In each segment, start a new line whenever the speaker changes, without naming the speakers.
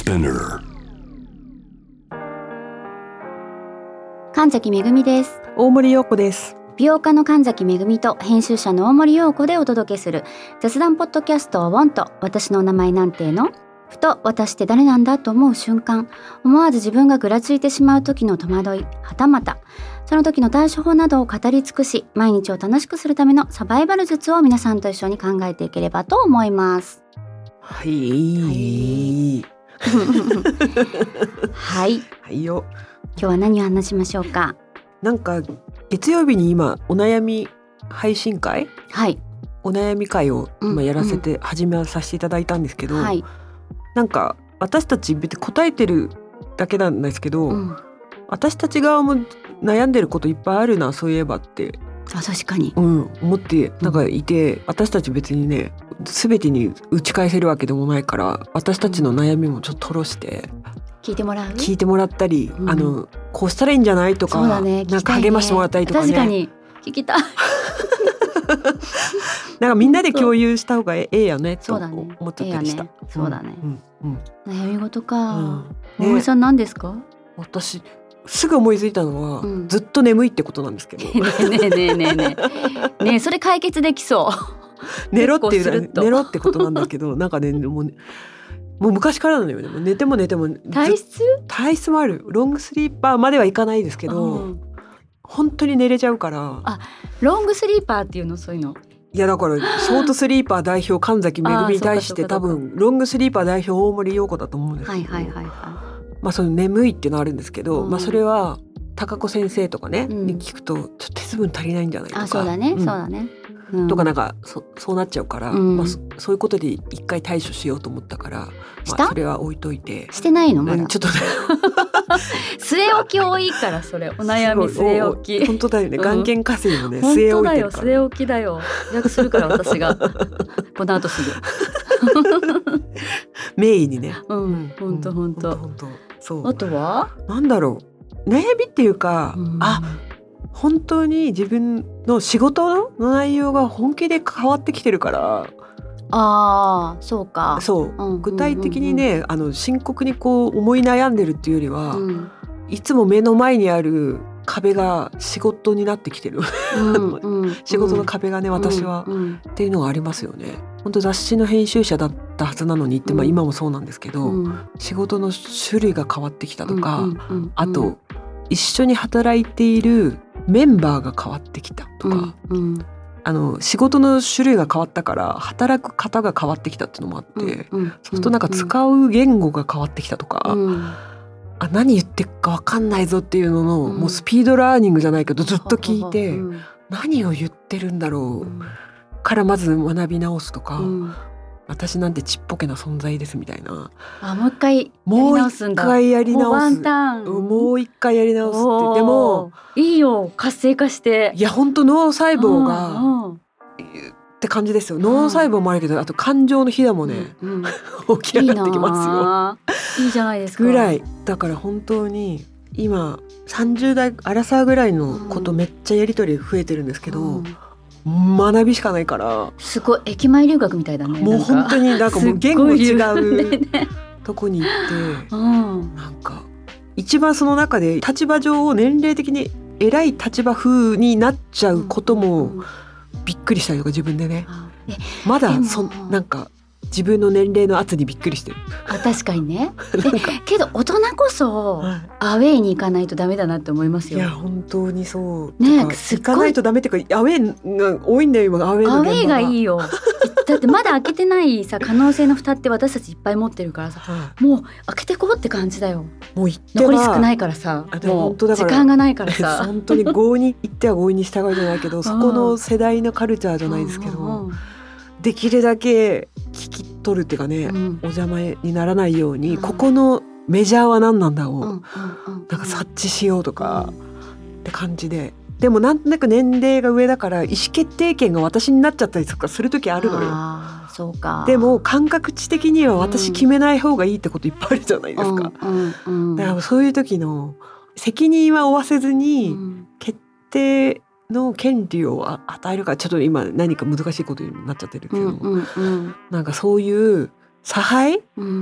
Spinner.
神崎めぐみです。
大森洋子です。
美容家の神崎めぐみと編集者の大森洋子でお届けする雑談ポッドキャストWANT、私の名前なんての。ふと私って誰なんだと思う瞬間、思わず自分がぐらついてしまう時の戸惑い、はたまたその時の対処法などを語り尽くし、毎日を楽しくするためのサバイバル術を皆さんと一緒に考えていければと思います。
はい。
はい。
はいよ。
今日は何を話しましょうか。
なんか月曜日に今お悩み配信会、
はい、
お悩み会を今やらせて、始めさせていただいたんですけど、
はい、
なんか私たち別に答えてるだけなんですけど、私たち側も悩んでることいっぱいあるな、そういえばって、
確かに、
思ってなんかいて、私たち別にね全てに打ち返せるわけでもないから、私たちの悩みもちょっと吐露して
聞いてもらった
り、こうしたらいいんじゃないとか、なんか励ましてもらったりとかね。
確かに聞きたい。
なんかみんなで共有した方がええよねと思っちゃったりした。
そうだね。悩み事か。大森さん何ですか？
私すぐ思いついたのは、ずっと眠いってことなんですけど。
ねえそれ解決できそう。
寝ろってことなんだけど、なんかねもう昔からなのよね。寝ても体質もある。ロングスリーパーまではいかないですけど、本当に寝れちゃうから。
ロングスリーパーっていうの？そういうの？
いやだからショートスリーパー代表神崎めぐみに対して多分ロングスリーパー代表大森洋子だと思うんですけど、その眠いっていうのはあるんですけど、それは高子先生とかね、に聞くとちょっと鉄分足りないんじゃないとか、
そうだね、
とかなんかそうなっちゃうから、そういうことで一回対処しようと思ったから、それは置いといて。
してないのまだ？
ちょっとね
据え置き多いから、それお悩み据え置き。
本当だよね。眼見火星もね、据え置いてるから。
据え置きだよ。予約するから私がこの後すぐ
名医にね。
本当そう。あとは
なんだろう、悩みっていうか、本当に自分の仕事の内容が本気で変わってきてるから。
そうか。
具体的にね、深刻にこう思い悩んでるっていうよりは、いつも目の前にある壁が仕事になってきてる。仕事の壁がね、私は、っていうのがありますよね。本当雑誌の編集者だったはずなのにって、今もそうなんですけど、仕事の種類が変わってきたとか、あと一緒に働いているメンバーが変わってきたとか、仕事の種類が変わったから働く方が変わってきたっていうのもあって、そうするとなんか使う言語が変わってきたとか、何言ってるか分かんないぞっていうのの、もうスピードラーニングじゃないけどずっと聞いて、何を言ってるんだろうからまず学び直すとか、私なんてちっぽけな存在ですみたいな。
もう一回やり直す。
もう一回やり直すって。でも
いいよ、活性化して。
いや本当脳細胞がって感じですよ。脳細胞もあるけど、あと感情の火だもね、起き上がってきます
よ。いいじゃないですか。
ぐらいだから本当に今30代アラサーぐらいのことめっちゃやり取り増えてるんですけど、学びしかないから。
すごい駅前留学みたいだね。
もう本当になんかもう言語違うとこに行って、なんか一番その中で立場上年齢的に偉い立場風になっちゃうこともびっくりしたりとか、自分でね、まだなんか自分の年齢の圧にびっくりしてる。
確かにね。けど大人こそアウェイに行かないとダメだなって思いますよ。
いや本当にそうね。行かないとダメっていうか、アウェイが多いんだよ今。アウェイの現場が。
アウェイがいいよ。だってまだ開けてない可能性の蓋って私たちいっぱい持ってるからさ、もう開けてこうって感じだよ。
もう行って
残り少ないからさ、もう時間がないからさ。
本当に強に行っては強引に従いじゃないけど、そこの世代のカルチャーじゃないですけど、できるだけ聞き取るっていうかね、お邪魔にならないように、ここのメジャーは何なんだをなんか察知しようとかって感じで。でもなんとなく年齢が上だから意思決定権が私になっちゃったりとかする時あるのよ。
そうか。
でも感覚値的には私決めない方がいいってこといっぱいあるじゃないですか。だからそういう時の責任は負わせずに決定の権利を与えるから、ちょっと今何か難しいことになっちゃってるけど、なんかそういう差配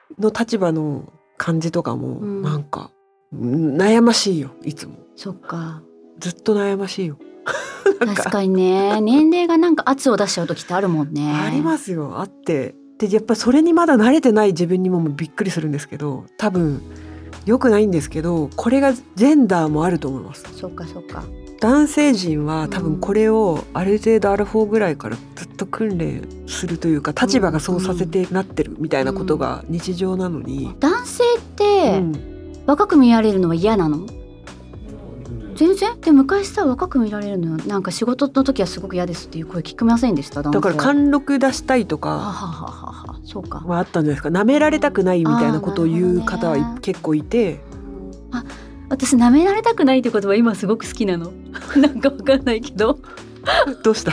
の立場の感じとかもなんか悩ましいよ、いつも。
そっか。
ずっと悩ましいよ。
確かにね、年齢がなんか圧を出しちゃう時ってあるもんね。
ありますよ、あって。でやっぱりそれにまだ慣れてない自分にもびっくりするんですけど、多分良くないんですけど、これがジェンダーもあると思います。
そっかそっか。
男性陣は多分これをある程度アラフォーぐらいからずっと訓練するというか、立場がそうさせてなってるみたいなことが日常なのに、
男性って若く見られるのは嫌なの？全然。で昔さ、若く見られるのなんか仕事の時はすごく嫌ですっていう声聞きませんでした？
だから貫禄出したいとか
そうか
はあったんじゃないですか。舐められたくないみたいなことを言う方は結構いて、
私舐められたくないって言葉今すごく好きなの。なんかわかんないけど
どうした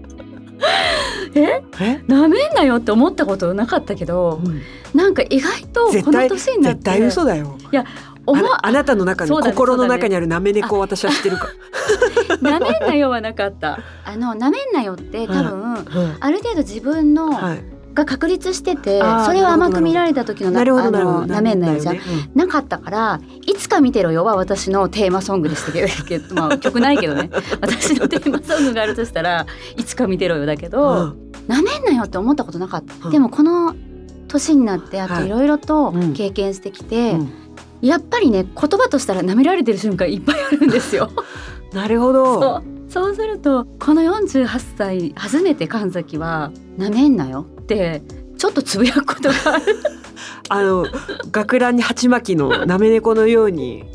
舐めんなよって思ったことなかったけど、なんか意外とこの年になって
絶対嘘だよ。
いや
あなたの中に、心の中にあるなめ猫を私は知ってるか
なめんなよはなかった。なめんなよって多分、ある程度自分の、が確立してて、それを甘く見られた時のなめんなよじゃなかったから、いつか見てろよは私のテーマソングでしたけどまあ曲ないけどね私のテーマソングがあるとしたらいつか見てろよだけど、なめんなよって思ったことなかった。でもこの年になってあといろいろと経験してきて、やっぱりね、言葉としたら舐められてる瞬間いっぱいあるんですよ
なるほど。
そうするとこの48歳初めて神崎は舐めんなよってちょっとつぶやくことがある
学ランに鉢巻きのなめ猫のように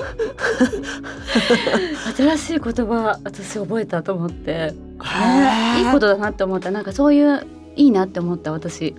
新しい言葉私覚えたと思って、いいことだなって思った。なんかそういういいなって思った私。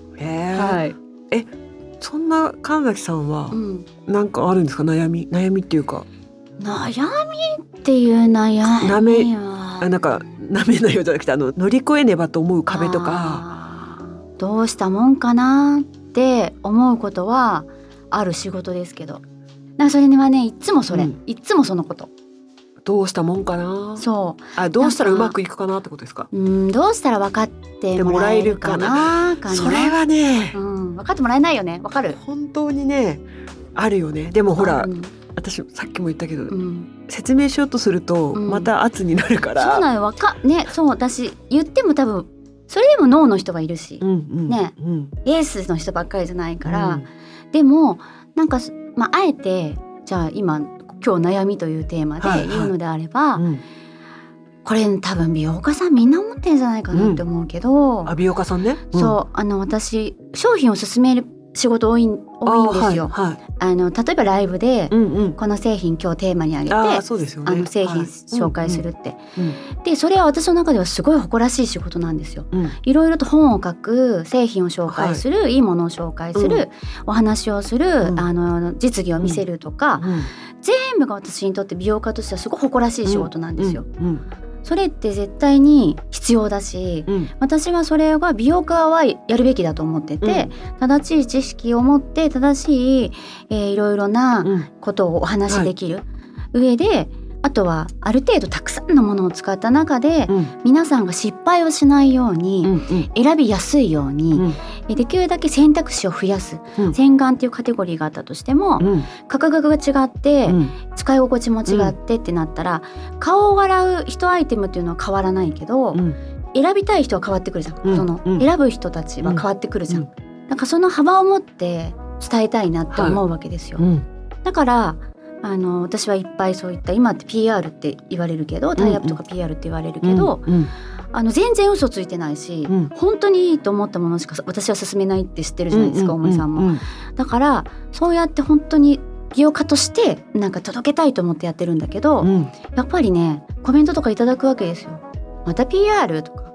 そんな神崎さんはなんかあるんですか？悩みっていうか。
悩みっていう悩みは
なんかなめないよじゃなくて乗り越えねばと思う壁とか、
どうしたもんかなって思うことはある仕事ですけど、それにはねいつもそれ、いつもそのこと。
どうしたもんかな。どうしたらうまくいくかなってことですか？
どうしたら分かってもらえるかな。
それはね、
分かってもらえないよね。分かる。
本当にねあるよね。でもほら、私さっきも言ったけど、説明しようとするとまた圧になるから、
そうなのそう私言っても多分それでもノーの人がいるし、イエスの人ばっかりじゃないから、でもなんかあえてじゃあ今日悩みというテーマで言うのであれば、これ多分美容家さんみんな思ってるんじゃないかなって思うけど、
美容家さんね、
そう私商品を勧める仕事多いんですよ。例えばライブで、この製品今日テーマにあげて、製品紹介するって、でそれは私の中ではすごい誇らしい仕事なんですよ。いろいろと本を書く、製品を紹介する、いいものを紹介する、お話をする、実技を見せるとか、全部が私にとって美容家としてはすごい誇らしい仕事なんですよ。それって絶対に必要だし、私はそれが美容家はやるべきだと思ってて、正しい知識を持って正しい、いろいろなことをお話しできる上で、あとはある程度たくさんのものを使った中で、皆さんが失敗をしないように、選びやすいように、できるだけ選択肢を増やす、洗顔っていうカテゴリーがあったとしても、価格が違って、使い心地も違ってってなったら、顔を洗う1アイテムっていうのは変わらないけど、選びたい人は変わってくるじゃん、その選ぶ人たちは変わってくるじゃん。なんかその幅を持って伝えたいなって思うわけですよ。だから私はいっぱいそういった今って PR って言われるけど、タイアップとか PR って言われるけど、全然嘘ついてないし、本当にいいと思ったものしか私は勧めないって知ってるじゃないですか、大森さんも。だからそうやって本当に美容家としてなんか届けたいと思ってやってるんだけど、やっぱりねコメントとかいただくわけですよ。また PR とか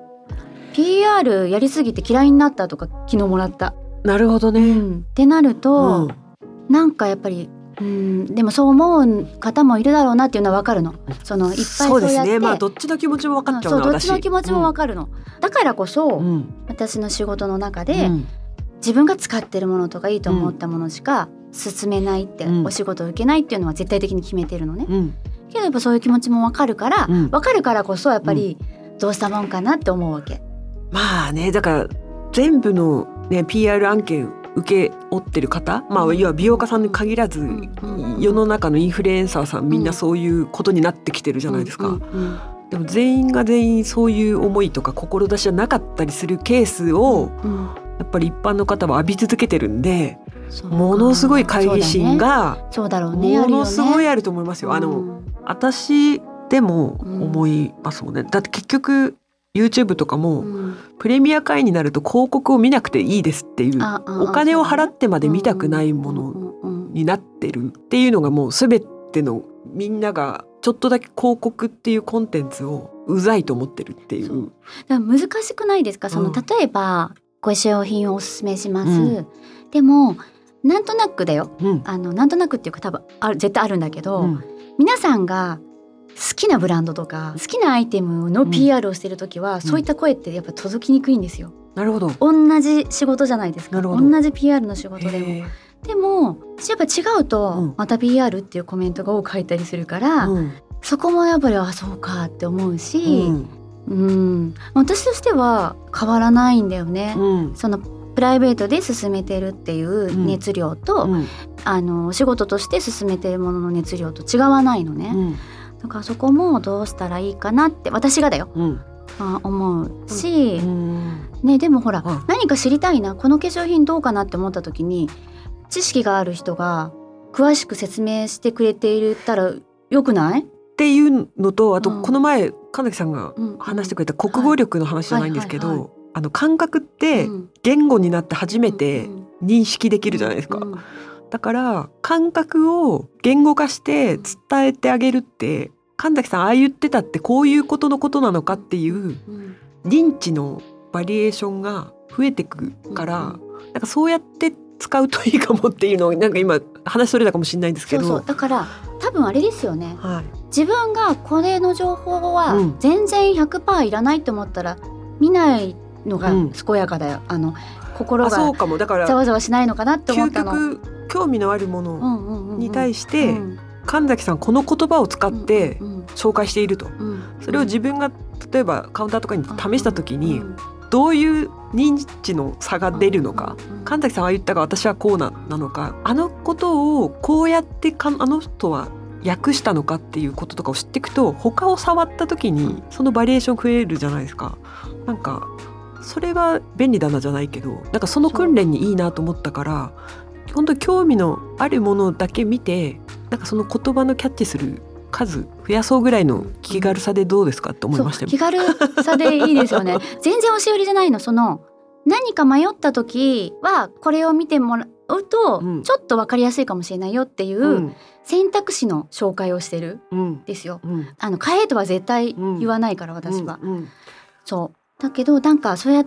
PR やりすぎて嫌いになったとか昨日もらった。
なるほどね、
ってなると、なんかやっぱりでもそう思う方もいるだろうなっていうのは分かるの。いっぱいそうやって、
そうですね、どっちの気持ちも分かっちゃうな、
どっちの気持ちも分かるの、だからこそ、私の仕事の中で、自分が使ってるものとかいいと思ったものしか進めないって、お仕事を受けないっていうのは絶対的に決めてるのね、けどやっぱそういう気持ちも分かるから、分かるからこそやっぱりどうしたもんかなって思うわけ。
だから全部の、PR 案件受け負ってる方、まあ、要は美容家さんに限らず、世の中のインフルエンサーさんみんなそういうことになってきてるじゃないですか。でも全員が全員そういう思いとか志じゃなかったりするケースを、やっぱり一般の方は浴び続けてるんで、ものすごい懐疑心がものすごいあると思いますよ。私でも思いますもんね。だって結局 YouTube とかも、プレミア会員になると広告を見なくていいですっていう、お金を払ってまで見たくないものになってるっていうのがもう全てのみんながちょっとだけ広告っていうコンテンツをうざいと思ってるっていう。
だから難しくないですか？例えばご使用品をおすすめします、でもなんとなくだよ、なんとなくっていうか多分絶対あるんだけど、皆さんが好きなブランドとか好きなアイテムの PR をしてるときは、そういった声ってやっぱ届きにくいんですよ。
なるほど。
同じ仕事じゃないですか。同じ PR の仕事でも。でもやっぱ違うとまた PR っていうコメントが多く入ったりするから、そこもやっぱりそうかって思うし、私としては変わらないんだよね。そのプライベートで進めてるっていう熱量と、お仕事として進めてるものの熱量と違わないのね。だからそこもどうしたらいいかなって私がだよ、思うし、でもほら、何か知りたいな、この化粧品どうかなって思った時に知識がある人が詳しく説明してくれていたらよくない？
っていうのと、あとこの前神崎さんが話してくれた国語力の話じゃないんですけど、感覚って言語になって初めて認識できるじゃないですか。だから感覚を言語化して伝えてあげるって、神崎さんああ言ってたってこういうことのことなのかっていう認知のバリエーションが増えてくから、なんかそうやって使うといいかもっていうのを、なんか今話それたかもしれないんですけど、
だから多分あれですよね、自分がこれの情報は全然 100% いらないと思ったら見ないのが健やかだよ。心がざわざわしないのかなって思ったの。
究極興味のあるものに対して神崎さんこの言葉を使って紹介していると、それを自分が例えばカウンターとかに試した時にどういう認知の差が出るのか、神崎さんは言ったが私はこうなのか、あのことをこうやってあの人は訳したのかっていうこととかを知っていくと、他を触った時にそのバリエーション増えるじゃないですか。なんかそれが便利だなじゃないけど、なんかその訓練にいいなと思ったから、本当に興味のあるものだけ見て、なんかその言葉のキャッチする数増やそうぐらいの気軽さでどうですかって思いましたよ。
気軽さでいいですよね。全然押し売りじゃないの。何か迷った時はこれを見てもらうとちょっと分かりやすいかもしれないよっていう選択肢の紹介をしてるんですよ。買えとは絶対言わないから私は。そうだけど、なんかそうやって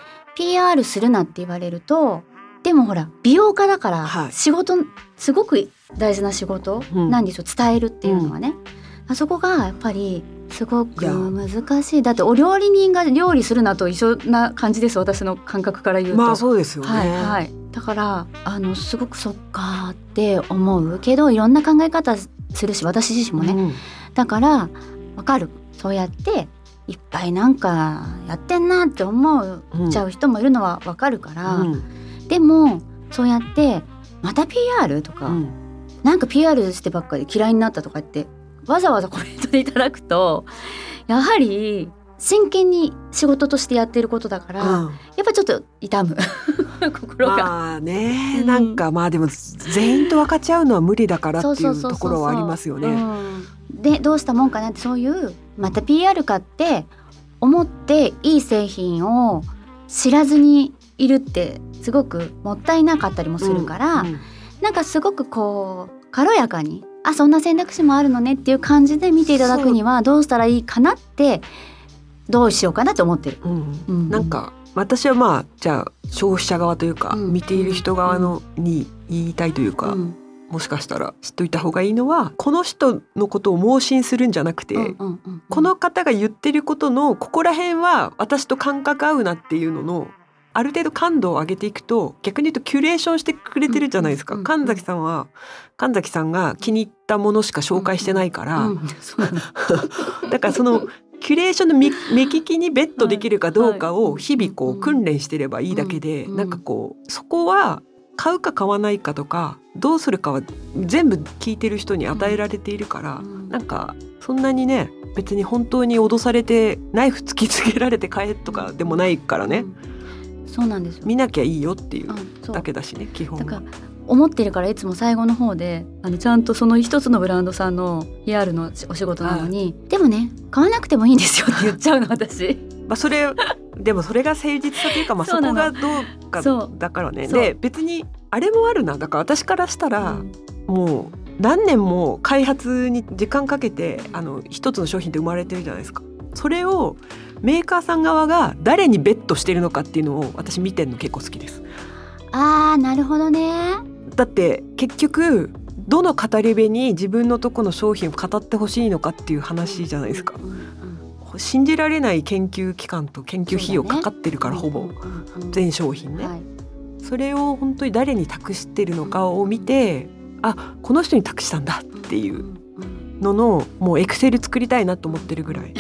PR するなって言われると、でもほら美容家だから仕事、すごく大事な仕事なんですよ、伝えるっていうのはね。あそこがやっぱりすごく難しい。だってお料理人が料理するなと一緒な感じです、私の感覚から言うと。
まあそうですよね。
だからすごくそっかって思うけど、いろんな考え方するし私自身もね、だからわかる。そうやっていっぱいなんかやってんなって思っちゃう人もいるのはわかるから、でもそうやってまた PR とか、なんか PR してばっかり嫌いになったとかってわざわざコメントでいただくと、やはり真剣に仕事としてやってることだから、やっぱちょっと痛む心が。
まあね、なんかまあでも全員と分かち合うのは無理だからっていうところはありますよね。
でどうしたもんかなって、そういうまた PR かって思っていい製品を知らずにいるってすごくもったいなかったりもするから、なんかすごくこう軽やかに、そんな選択肢もあるのねっていう感じで見ていただくにはどうしたらいいかなって、どうしようかなと思ってる。
なんか私はまあじゃあ消費者側というか、見ている人側のに言いたいというか、もしかしたら知っといた方がいいのは、この人のことを盲信するんじゃなくて、この方が言ってることのここら辺は私と感覚合うなっていうののある程度感度を上げていくと、逆に言うとキュレーションしてくれてるじゃないですか。神崎さんは神崎さんが気に入ったものしか紹介してないから、だからそのキュレーションの目利きにベットできるかどうかを日々こう訓練してればいいだけで、なんかこうそこは買うか買わないかとかどうするかは全部聞いてる人に与えられているから、なんかそんなにね別に本当に脅されてナイフ突きつけられて買えとかでもないからね、
そうなんですよ。
見なきゃいいよっていうだけだしね、基本は。
だから思ってるからいつも最後の方でちゃんとその一つのブランドさんの PR のお仕事なのに、でもね買わなくてもいいんですよって言っちゃうの私。
それでもそれが誠実さというか、そこがどうかだからね。で別にあれもあるな。だから私からしたら、もう何年も開発に時間かけて一つの商品って生まれてるじゃないですか。それをメーカーさん側が誰にベットしてるのかっていうのを私見てるの結構好きです。
あーなるほどね。
だって結局どの語り部に自分のとこの商品を語ってほしいのかっていう話じゃないですか。信じられない研究期間と研究費用かかってるから、ほぼ全商品ね、それを本当に誰に託してるのかを見て、あ、この人に託したんだっていうののもうエクセル作りたいなと思ってるぐらい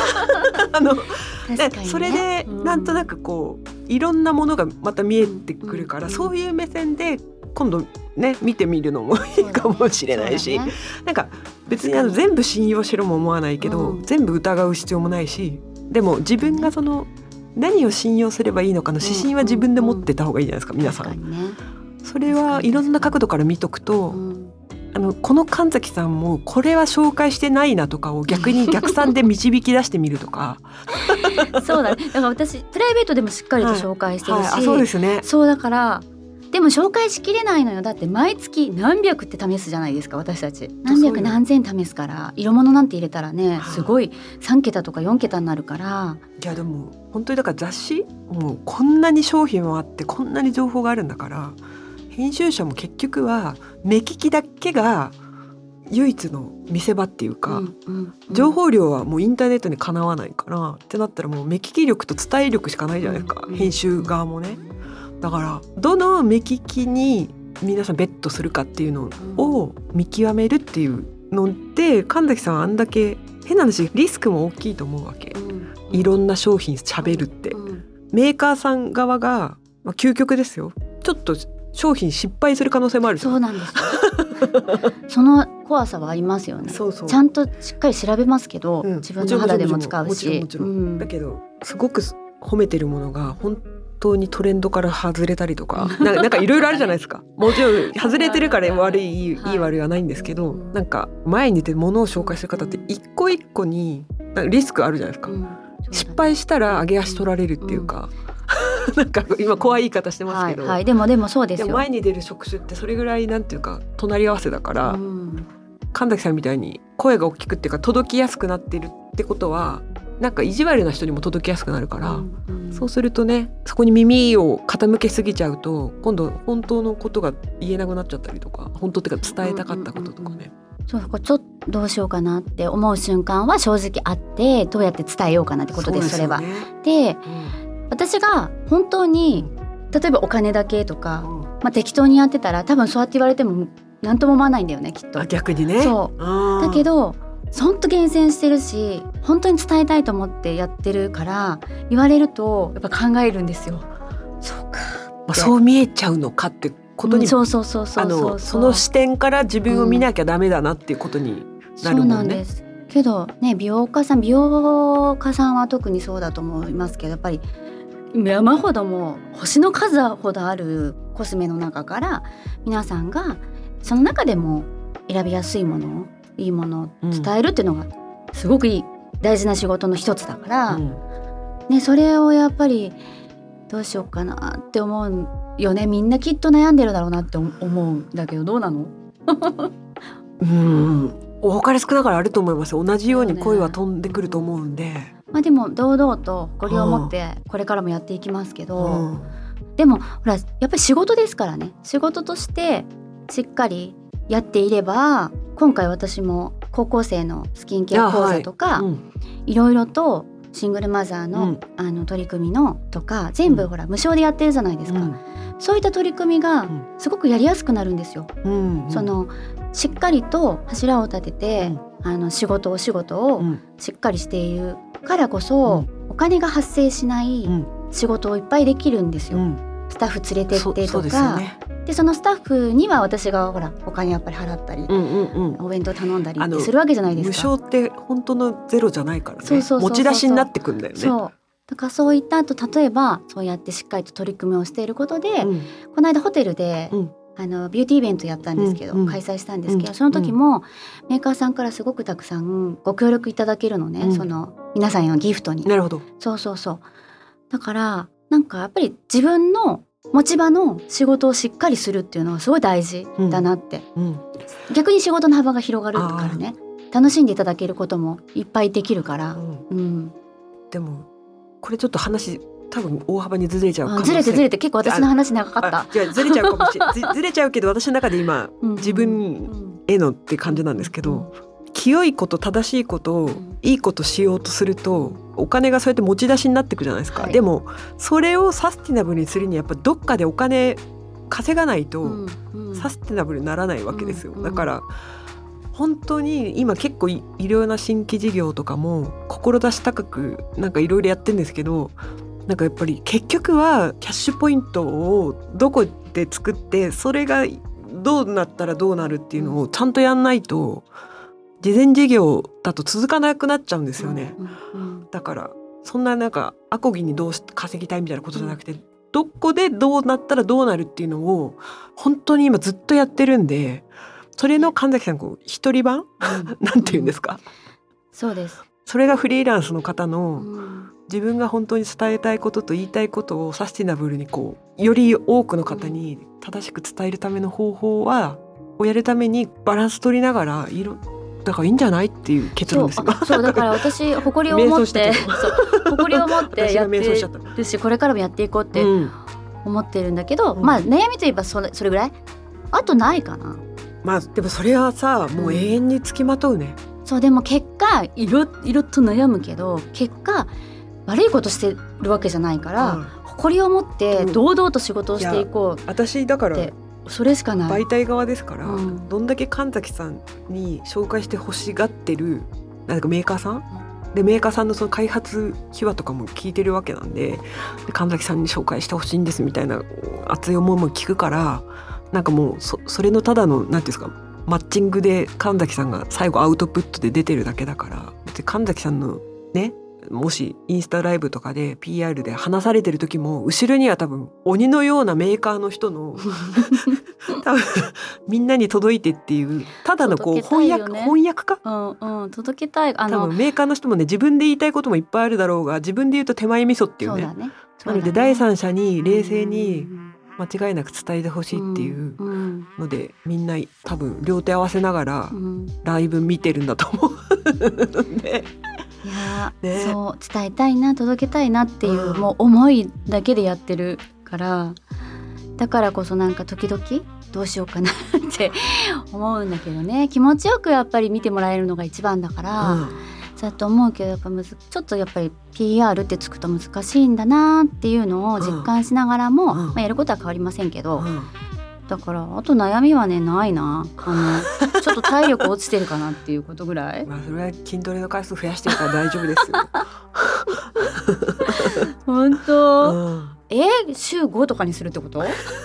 それでなんとなくこういろんなものがまた見えてくるから、そういう目線で今度ね見てみるのもいいかもしれないし、なんか別に全部信用しろも思わないけど、全部疑う必要もないし、でも自分がその何を信用すればいいのかの指針は自分で持ってた方がいいじゃないですか、皆さん。それはいろんな角度から見とくと、この神崎さんもこれは紹介してないなとかを逆に逆算で導き出してみるとか
そうだね。だから私プライベートでもしっかりと紹介してるし、
そうですね。
そうだからでも紹介しきれないのよ。だって毎月何百って試すじゃないですか、私たち。何百何千試すから、色物なんて入れたらね、すごい3桁とか4桁になるから。
いやでも本当にだから雑誌もうこんなに商品もあってこんなに情報があるんだから、編集者も結局は目利きだけが唯一の見せ場っていうか、情報量はもうインターネットにかなわないからってなったら、もう目利き力と伝え力しかないじゃないですか、編集側もね。だからどの目利きに皆さんベットするかっていうのを見極めるっていうので、神崎さんはあんだけ変な話リスクも大きいと思うわけ、いろんな商品喋るって、メーカーさん側が、究極ですよ、ちょっと商品失敗する可能性もある。
そうなんですその怖さはありますよね。ちゃんとしっかり調べますけど、自分の肌でも使うし、
だけどすごく褒めてるものが本当にトレンドから外れたりとかなんかいろいろあるじゃないですかもちろん外れてるから悪い、いい悪いはないんですけど、なんか前に出て物を紹介する方って一個一個にリスクあるじゃないですか、失敗したら上げ足取られるっていうか、なんか今怖い言い方してますけど、
でもそうですよ。
前に出る職種ってそれぐらいなんていうか隣り合わせだから、神崎さんみたいに声が大きくっていうか届きやすくなってるってことは、なんか意地悪な人にも届きやすくなるから、そうするとね、そこに耳を傾けすぎちゃうと今度本当のことが言えなくなっちゃったりとか、本当っていうか伝えたかったこととかね、
そうちょっとどうしようかなって思う瞬間は正直あって、どうやって伝えようかなってことです。それはで、私が本当に例えばお金だけとか、適当にやってたら多分そうやって言われても何とも思わないんだよね、きっと。
逆にね。
そうだけど本当厳選してるし、本当に伝えたいと思ってやってるから、言われるとやっぱ考えるんですよ。そうか、
そう見えちゃうのかってことに、
そ
の視点から自分を見なきゃダメだなっていうことになるもんね。そうなんです。
けどね、美容家さんは特にそうだと思いますけど、やっぱり山ほども星の数ほどあるコスメの中から皆さんがその中でも選びやすいもの、いいものを伝えるっていうのがすごく大事な仕事の一つだから、それをやっぱりどうしようかなって思うよね。みんなきっと悩んでるだろうなって思うんだけど、どうなの？
多かれ少なかれあると思います。同じように声は飛んでくると思うんで、
でも堂々と誇りを持ってこれからもやっていきますけど、でもほらやっぱり仕事ですからね。仕事としてしっかりやっていれば、今回私も高校生のスキンケア講座とか、いろいろとシングルマザーの、取り組みのとか全部ほら無償でやってるじゃないですか、そういった取り組みがすごくやりやすくなるんですよ、そのしっかりと柱を立てて、仕事をしっかりしているからこそ、お金が発生しない仕事をいっぱいできるんですよ、 スタッフ連れてってと
そうですよ
か
ね。
でそのスタッフには私がほらお金やっぱり払ったり、お弁当頼んだりってするわけじゃないですか。
無償って本当のゼロじゃないからね。
そうそうそうそう
持ち出しになってくんだよね。
そうだからそういったあと例えばそうやってしっかりと取り組みをしていることで、この間ホテルで、ビューティーイベントやったんですけど、開催したんですけど、その時もメーカーさんからすごくたくさんご協力いただけるのね、その皆さんへのギフトに。
なるほど。
そうそうそう。だからなんかやっぱり自分の持ち場の仕事をしっかりするっていうのはすごい大事だなって、逆に仕事の幅が広がるからね、楽しんでいただけることもいっぱいできるから、
でもこれちょっと話多分大幅にずれちゃうかもしれない。
ずれて結構私の話長かった。
じゃあずれちゃうかもしれないずれちゃうけど私の中で今自分へのって感じなんですけど、清いこと正しいことをいいことしようとするとお金がそうやって持ち出しになっていくじゃないですか、でもそれをサスティナブルにするにはやっぱどっかでお金稼がないとサスティナブルにならないわけですよ。だから本当に今結構いろいろな新規事業とかも志高くなんかいろいろやってるんですけど、なんかやっぱり結局はキャッシュポイントをどこで作ってそれがどうなったらどうなるっていうのをちゃんとやんないと事前事業だと続かなくなっちゃうんですよね。だからそんななんかアコギにどうして稼ぎたいみたいなことじゃなくて、どこでどうなったらどうなるっていうのを本当に今ずっとやってるんで、それの神崎さんこう一人版、なんていうんですか、
そうです。
それがフリーランスの方の自分が本当に伝えたいことと言いたいことをサスティナブルにこうより多くの方に正しく伝えるための方法をやるためにバランス取りながらだからいいんじゃないっていう結論ですよ。
そうだから私誇りを持って誇りを持ってやってるし、これからもやっていこうって思ってるんだけど、まあ悩みといえばそれぐらい、あとないかな。
まあでもそれはさもう永遠につきまとうね。
そうでも結果いろと悩むけど結果悪いことしてるわけじゃないから、誇りを持って堂々と仕事をしていこうって、
私だから
それしかない。
媒体側ですから、どんだけ神崎さんに紹介してほしがってるなんかメーカーさん、でメーカーさんのその開発秘話とかも聞いてるわけなんで、神崎さんに紹介してほしいんですみたいな熱い思いも聞くから、なんかもう それのただのなんていうんですか、マッチングで神崎さんが最後アウトプットで出てるだけだから、別に神崎さんのね、もしインスタライブとかで PR で話されてる時も後ろには多分鬼のようなメーカーの人の多分みんなに届いてっていうただのこう翻訳か、
届けたい。
多分メーカーの人もね自分で言いたいこともいっぱいあるだろうが、自分で言うと手前味噌っていうね。なので第三者に冷静に間違いなく伝えてほしいっていうので、みんな多分両手合わせながらライブ見てるんだと思うで
いや、そう伝えたいな、届けたいなっていう、もう思いだけでやってるから、だからこそなんか時々どうしようかなって思うんだけどね、気持ちよくやっぱり見てもらえるのが一番だから、そうやって思うけどやっぱちょっとやっぱり PR ってつくと難しいんだなっていうのを実感しながらも、やることは変わりませんけど、だからあと悩みはねないな。ちょっと体力落ちてるかなっていうことぐらい。
まあそれは筋トレの回数増やしてるから大丈夫ですよ。
本当、週5とかにするってこと？や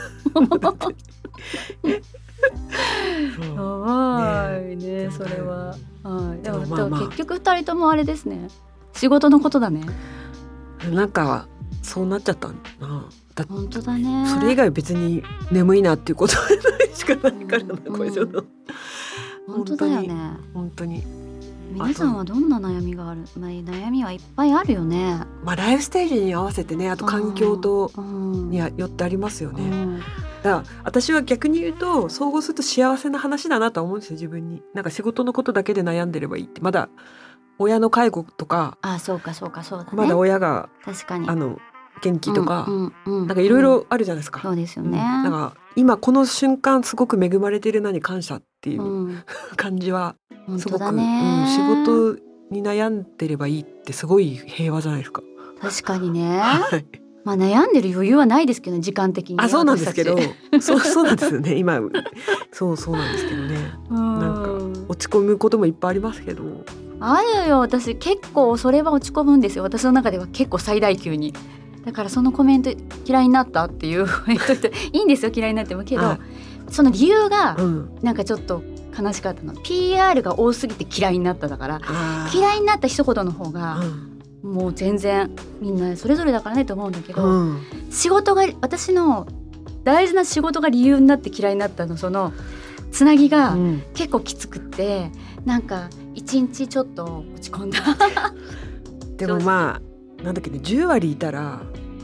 ばいね、それは。でも結局2人ともあれですね、仕事のことだね。
なんかそうなっちゃったんだな。
本当だね。
それ以外別に眠いなっていうことしかないからな、これちょっと。
本当だよね。
本当に。
皆さんはどんな悩みがある？悩みはいっぱいあるよね。
ライフステージに合わせてね、あと環境とによってありますよね。だから私は逆に言うと総合すると幸せな話だなと思うんですよ、自分に。なんか仕事のことだけで悩んでればいいって、まだ親の介護とか、
そうだね、
まだ親が
確かに
元気とか、なんかいろいろあるじゃないですか。
そうですよね。
なんか今この瞬間すごく恵まれてるなに感謝っていう感じはすごく、仕事に悩んでればいいってすごい平和じゃないですか。
確かにね。悩んでる余裕はないですけどね、時間的に。
そうなんですけどそうなんですよね今そうなんですけどね。なんか落ち込むこともいっぱいありますけど。
あるよ、私結構それは落ち込むんですよ。私の中では結構最大級に。 だからそのコメント嫌いになったっていういいんですよ嫌いになってもけど、その理由がなんかちょっと悲しかったの。 PR が多すぎて嫌いになっただから、嫌いになった一言の方が、もう全然みんなそれぞれだからねと思うんだけど、仕事が私の大事な仕事が理由になって嫌いになったの、そのつなぎが結構きつくって、なんか一日ちょっと落ち込んだ
でもまあなんだっけね、10割いたら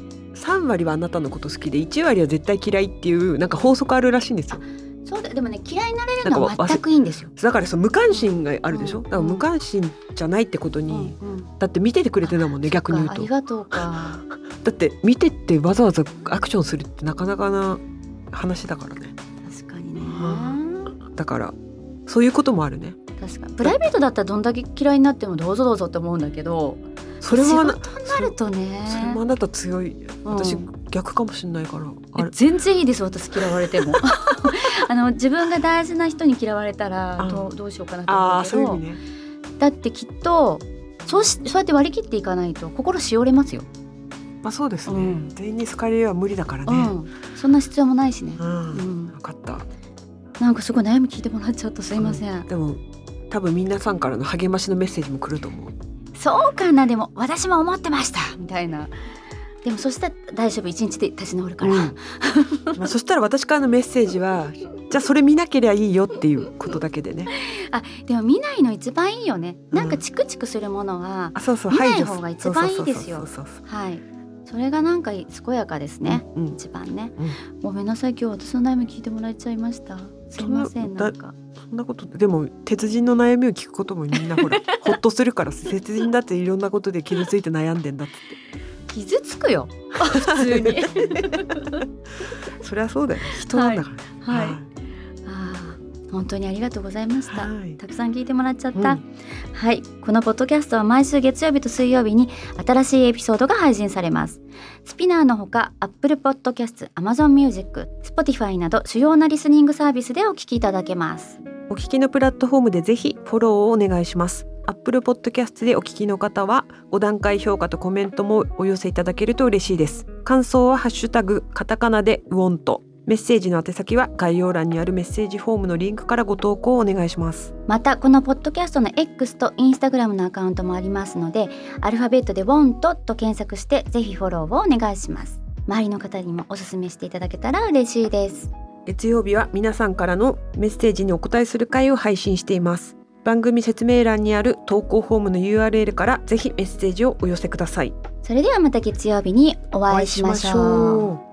3割はあなたのこと好きで1割は絶対嫌いっていうなんか法則あるらしいんですよ。
そうだ、でもね嫌いになれるのは全くいいんですよ。
だから無関心があるでしょ、だから無関心じゃないってことに、だって見ててくれてるもんね、逆に言うと。
ありがとうか
だって見てってわざわざアクションするってなかなかな話だからね。
確かにね、
だからそういうこともあるね。
確かにプライベートだったらどんだけ嫌いになってもどうぞどうぞって思うんだけど、
それも
仕事になるとね、
それもあなた強い。私、逆かもしれないから。
全然いいです私嫌われても自分が大事な人に嫌われたらどうしようかなと思うけど、そういう意味ね。だってきっとそうやって割り切っていかないと心しおれますよ。
まあそうですね、全員に好かれるは無理だからね、
そんな必要もないしね。
分かった。
なんかすごい悩み聞いてもらっちゃったすいません。
でも多分皆さんからの励ましのメッセージも来ると思う。
そうかな。でも私も思ってましたみたいな。でもそしたら大丈夫、一日で立ち直るから、
まあそしたら私からのメッセージはじゃあそれ見なければいいよっていうことだけでね。
でも見ないの一番いいよね。なんかチクチクするものは見ない方が一番いいですよ。はい、それがなんか健やかですね、一番ね、ごめんなさい今日私の悩み聞いてもらっちゃいました。すいません。なんか
そんなことでも鉄人の悩みを聞くこともみんなほらほっとするから鉄人だっていろんなことで傷ついて悩んでんだって。
傷つくよ普通に
そりゃそうだよ、人なんだから。
はい、本当にありがとうございました。たくさん聞いてもらっちゃった、はい。このポッドキャストは毎週月曜日と水曜日に新しいエピソードが配信されます。スピナーのほか Apple Podcast、Amazon Music、Spotify など主要なリスニングサービスでお聞きいただけます。
お聞きのプラットフォームでぜひフォローをお願いします。Apple Podcast でお聞きの方は5段階評価とコメントもお寄せいただけると嬉しいです。感想はハッシュタグカタカナでウォント。メッセージの宛先は概要欄にあるメッセージフォームのリンクからご投稿をお願いします。
またこのポッドキャストの X と Instagram のアカウントもありますので、アルファベットで WANT と検索してぜひフォローをお願いします。周りの方にもおすすめしていただけたら嬉しいです。
月曜日は皆さんからのメッセージにお答えする回を配信しています。番組説明欄にある投稿フォームの URL からぜひメッセージをお寄せください。
それではまた月曜日にお会いしましょう。